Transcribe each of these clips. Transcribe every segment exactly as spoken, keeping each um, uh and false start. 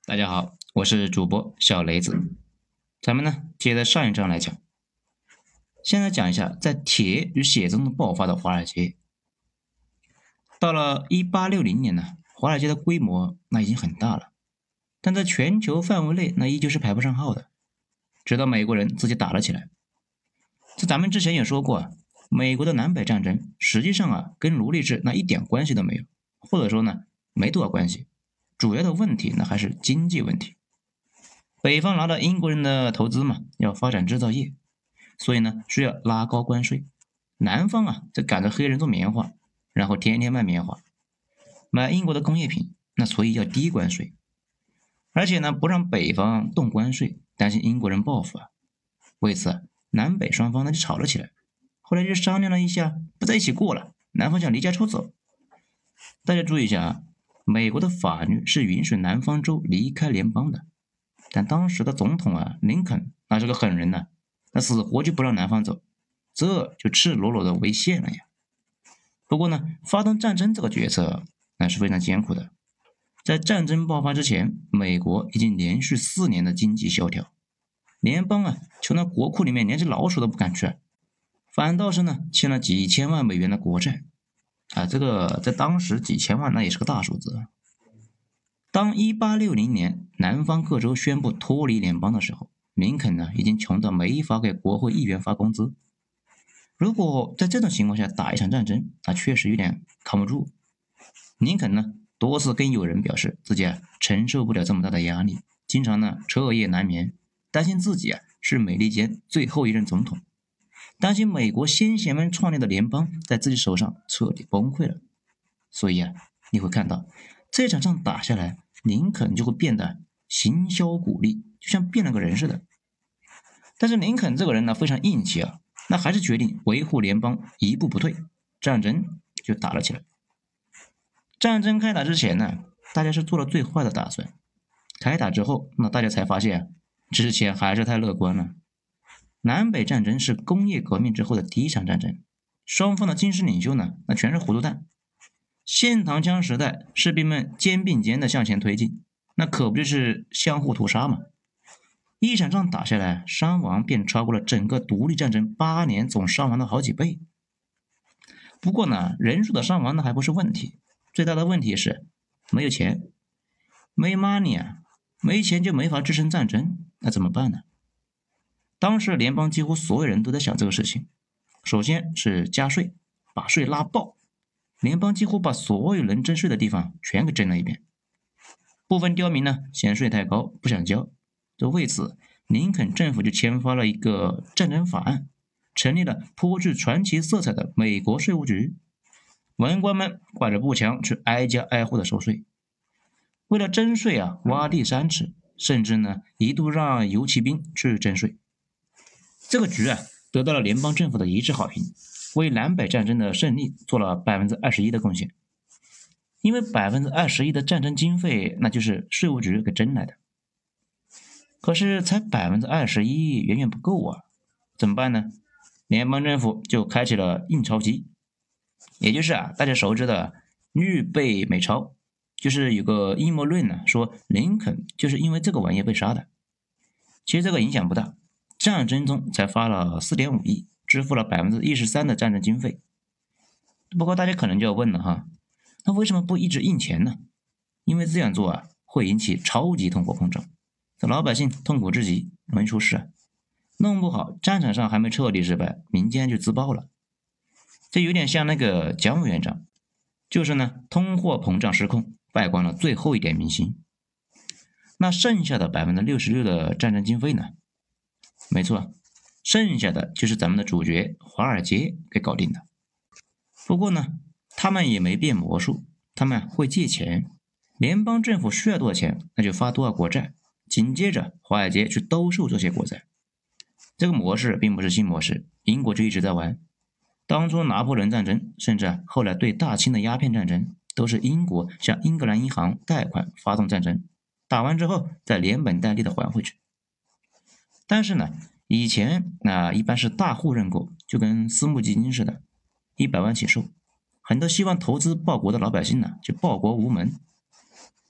大家好，我是主播小雷子。咱们呢接着上一章来讲，现在讲一下在铁与血中爆发的华尔街。到了一八六零年呢，华尔街的规模那已经很大了，但在全球范围内那依旧是排不上号的。直到美国人自己打了起来。在咱们之前也说过啊，美国的南北战争实际上啊跟奴隶制那一点关系都没有，或者说呢没多少关系。主要的问题呢还是经济问题。北方拿到英国人的投资嘛，要发展制造业，所以呢需要拉高关税。南方啊则赶着黑人做棉花，然后天天卖棉花，买英国的工业品，那所以要低关税。而且呢不让北方动关税，担心英国人报复啊。为此南北双方呢就吵了起来，后来就商量了一下，不在一起过了，南方想离家出走。大家注意一下啊，美国的法律是允许南方州离开联邦的，但当时的总统啊，林肯那是个狠人呢、啊，他死活就不让南方走，这就赤裸裸的违宪了呀。不过呢，发动战争这个决策那是非常艰苦的。在战争爆发之前，美国已经连续四年的经济萧条，联邦啊穷到国库里面连只老鼠都不敢去，反倒是呢欠了几千万美元的国债。啊，这个在当时几千万那也是个大数字。当一八六零年南方各州宣布脱离联邦的时候，林肯呢已经穷到没法给国会议员发工资。如果在这种情况下打一场战争，那确实有点扛不住。林肯呢多次跟友人表示自己啊承受不了这么大的压力，经常呢彻夜难眠，担心自己啊是美利坚最后一任总统，担心美国先贤们创立的联邦在自己手上彻底崩溃了。所以啊，你会看到这场仗打下来，林肯就会变得行销鼓励，就像变了个人似的。但是林肯这个人呢非常硬气啊，那还是决定维护联邦，一步不退，战争就打了起来。战争开打之前呢，大家是做了最坏的打算。开打之后，那大家才发现之前还是太乐观了。南北战争是工业革命之后的第一场战争，双方的军事领袖呢，那全是糊涂蛋。现膛枪时代，士兵们肩并肩的向前推进，那可不就是相互屠杀吗？一场仗打下来，伤亡便超过了整个独立战争八年总伤亡的好几倍。不过呢，人数的伤亡呢还不是问题，最大的问题是没有钱，没 money 啊，没钱就没法支撑战争，那怎么办呢？当时联邦几乎所有人都在想这个事情。首先是加税，把税拉爆，联邦几乎把所有能征税的地方全给征了一遍。部分刁民呢嫌税太高不想交，就为此林肯政府就签发了一个战争法案，成立了颇具传奇色彩的美国税务局。文官们挂着步枪去挨家挨户的收税，为了征税啊挖地三尺，甚至呢一度让游骑兵去征税。这个局啊得到了联邦政府的一致好评，为南北战争的胜利做了 百分之二十一 的贡献。因为 百分之二十一 的战争经费那就是税务局给征来的。可是才 百分之二十一 远远不够啊，怎么办呢？联邦政府就开启了印钞机，也就是啊大家熟知的预备美钞。就是有个阴谋论呢，说林肯就是因为这个玩意被杀的。其实这个影响不大，战争中才发了 四点五亿，支付了 百分之一十三 的战争经费。不过大家可能就要问了哈，那为什么不一直印钱呢？因为这样做啊会引起超级通货膨胀，这老百姓痛苦至极，容易出事啊。弄不好战场上还没彻底失败，民间就自爆了。这有点像那个蒋委员长，就是呢通货膨胀失控，败光了最后一点民心。那剩下的 百分之六十六 的战争经费呢？没错，剩下的就是咱们的主角华尔街给搞定的。不过呢，他们也没变魔术，他们会借钱，联邦政府需要多少钱，那就发多少国债，紧接着华尔街去兜售这些国债。这个模式并不是新模式，英国就一直在玩。当初拿破仑战争，甚至后来对大清的鸦片战争，都是英国向英格兰银行贷款发动战争，打完之后再连本带利的还回去。但是呢，以前那一般是大户认购，就跟私募基金似的，一百万起售，很多希望投资报国的老百姓呢就报国无门。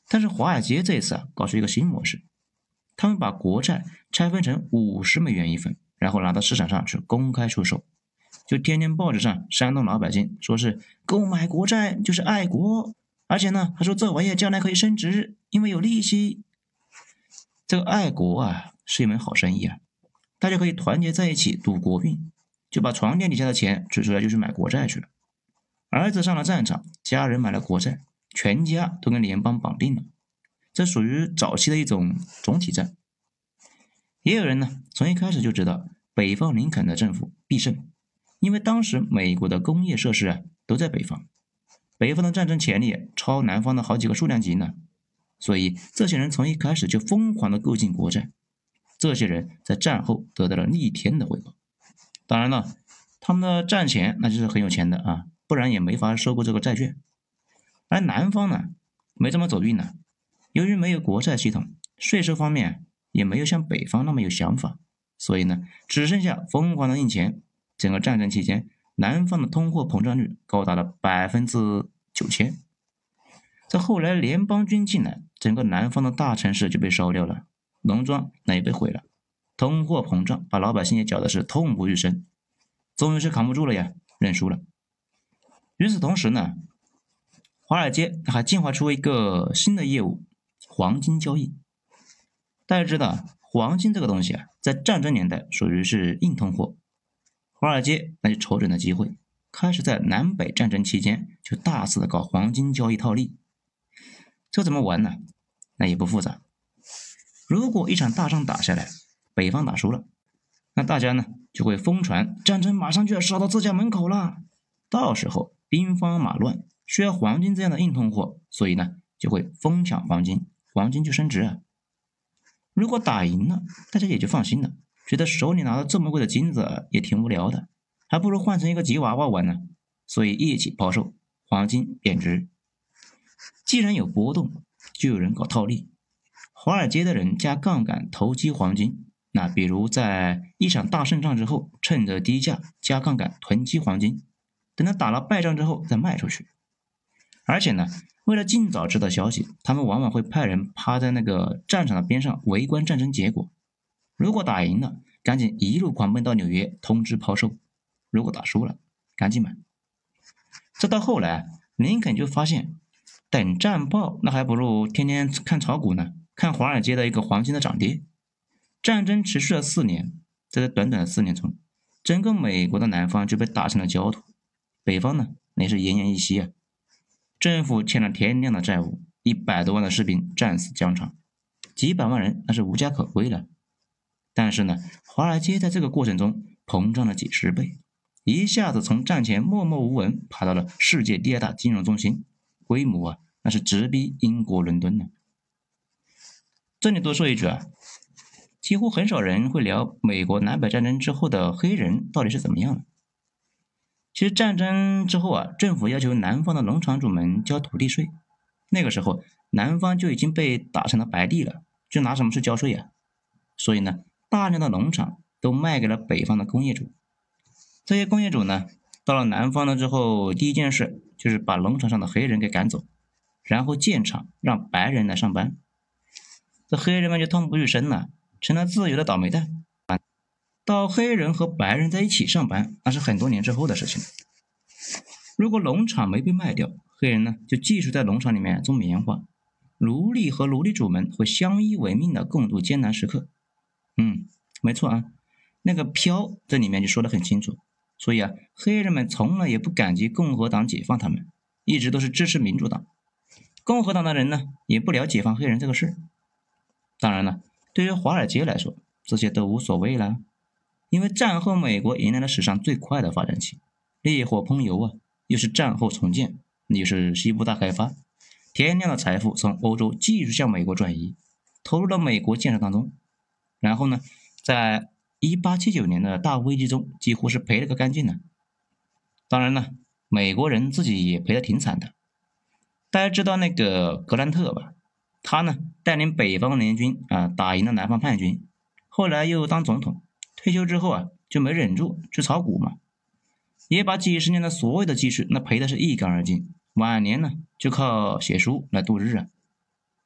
但是华尔街这一次啊，搞出一个新模式，他们把国债拆分成五十美元一份，然后拿到市场上去公开出售，就天天报纸上煽动老百姓，说是购买国债就是爱国，而且呢，他说这玩意将来可以升值，因为有利息。这个爱国啊，是一门好生意啊，大家可以团结在一起赌国运，就把床垫底下的钱取出来就去买国债去了。儿子上了战场，家人买了国债，全家都跟联邦绑定了，这属于早期的一种总体战。也有人呢，从一开始就知道北方林肯的政府必胜，因为当时美国的工业设施啊都在北方，北方的战争潜力超南方的好几个数量级呢，所以这些人从一开始就疯狂的购进国债，这些人在战后得到了逆天的回报。当然了，他们的战前那就是很有钱的啊，不然也没法收购这个债券。而南方呢，没这么走运呢，由于没有国债系统，税收方面也没有像北方那么有想法，所以呢，只剩下疯狂的印钱。整个战争期间，南方的通货膨胀率高达了百分之九千。这后来联邦军进来，整个南方的大城市就被烧掉了，农庄那也被毁了，通货膨胀把老百姓也搅的是痛不欲生，终于是扛不住了呀，认输了。与此同时呢，华尔街还进化出一个新的业务，黄金交易。大家知道，黄金这个东西啊，在战争年代属于是硬通货，华尔街那就瞅准了机会，开始在南北战争期间就大肆的搞黄金交易套利。这怎么玩呢？那也不复杂。如果一场大仗打下来，北方打输了，那大家呢就会疯传战争马上就要烧到自家门口了，到时候兵荒马乱，需要黄金这样的硬通货，所以呢就会疯抢黄金，黄金就升值啊。如果打赢了，大家也就放心了，觉得手里拿到这么贵的金子也挺无聊的，还不如换成一个吉娃娃玩呢，所以一起抛售，黄金贬值。既然有波动，就有人搞套利，华尔街的人加杠杆投机黄金，那比如在一场大胜仗之后，趁着低价加杠杆囤积黄金，等他打了败仗之后再卖出去。而且呢，为了尽早知道消息，他们往往会派人趴在那个战场的边上围观战争结果。如果打赢了，赶紧一路狂奔到纽约通知抛售；如果打输了，赶紧买。这到后来，林肯就发现，等战报那还不如天天看炒股呢，看华尔街的一个黄金的涨跌。战争持续了四年，在这短短的四年中，整个美国的南方就被打成了焦土，北方呢，那是奄奄一息啊。政府欠了天量的债务，一百多万的士兵战死疆场，几百万人那是无家可归了。但是呢，华尔街在这个过程中膨胀了几十倍，一下子从战前默默无闻爬到了世界第二大金融中心，规模啊那是直逼英国伦敦呢。这里多说一句啊，几乎很少人会聊美国南北战争之后的黑人到底是怎么样的。其实战争之后啊，政府要求南方的农场主们交土地税，那个时候南方就已经被打成了白地了，就拿什么去交税啊？所以呢，大量的农场都卖给了北方的工业主。这些工业主呢，到了南方了之后，第一件事就是把农场上的黑人给赶走，然后建厂让白人来上班。这黑人们就痛不欲生了，成了自由的倒霉蛋。到黑人和白人在一起上班，那是很多年之后的事情。如果农场没被卖掉，黑人呢就继续在农场里面种棉花，奴隶和奴隶主们会相依为命的共度艰难时刻。嗯，没错啊，那个飘这里面就说得很清楚。所以啊，黑人们从来也不感激共和党解放他们，一直都是支持民主党。共和党的人呢，也不了解放黑人这个事。当然了，对于华尔街来说，这些都无所谓了。因为战后美国迎来了史上最快的发展期，烈火烹油啊，又是战后重建，又是西部大开发，天量的财富从欧洲继续向美国转移，投入到美国建设当中。然后呢，在一八七九年的大危机中，几乎是赔了个干净的。当然了，美国人自己也赔得挺惨的。大家知道那个格兰特吧？他呢带领北方联军啊打赢了南方叛军，后来又当总统。退休之后啊，就没忍住去炒股嘛，也把几十年的所有的积蓄那赔的是一干二净，晚年呢就靠写书来度日啊。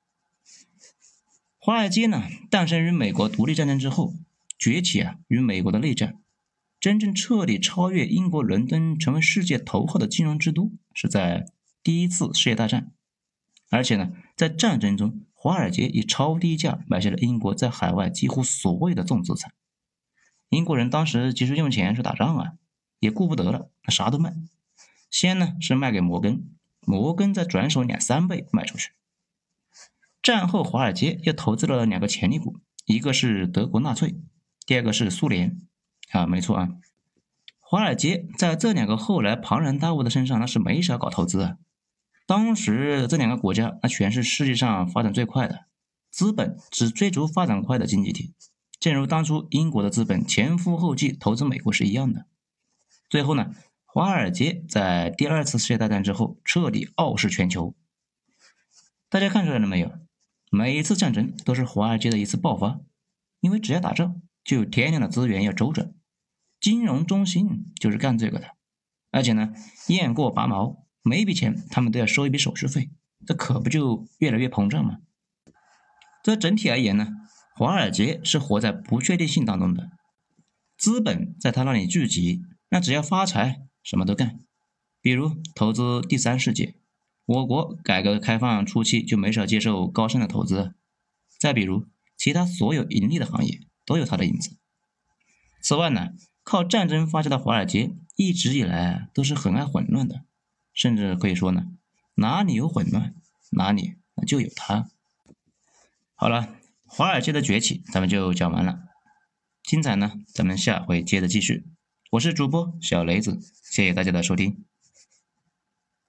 华尔街呢，诞生于美国独立战争之后，崛起啊于美国的内战。真正彻底超越英国伦敦成为世界头号的金融之都，是在第一次世界大战。而且呢，在战争中，华尔街以超低价买下了英国在海外几乎所有的重资产。英国人当时急需用钱去打仗啊，也顾不得了，啥都卖。先呢是卖给摩根，摩根再转手两三倍卖出去。战后华尔街又投资了两个潜力股，一个是德国纳粹，第二个是苏联。啊，没错啊，华尔街在这两个后来庞然大物的身上那是没少搞投资啊。当时这两个国家那全是世界上发展最快的，资本只追逐发展快的经济体，正如当初英国的资本前赴后继投资美国是一样的。最后呢，华尔街在第二次世界大战之后彻底傲视全球。大家看出来了没有？每一次战争都是华尔街的一次爆发，因为只要打仗就有天量的资源要周转，金融中心就是干这个的。而且呢，雁过拔毛，每一笔钱他们都要收一笔手续费，这可不就越来越膨胀吗？这整体而言呢，华尔街是活在不确定性当中的，资本在他那里聚集，那只要发财什么都干。比如投资第三世界，我国改革开放初期就没少接受高盛的投资，再比如其他所有盈利的行业都有它的影子。此外呢，靠战争发家的华尔街一直以来都是很爱混乱的，甚至可以说呢，哪里有混乱，哪里就有它。好了，华尔街的崛起咱们就讲完了，精彩呢咱们下回接着继续。我是主播小雷子，谢谢大家的收听。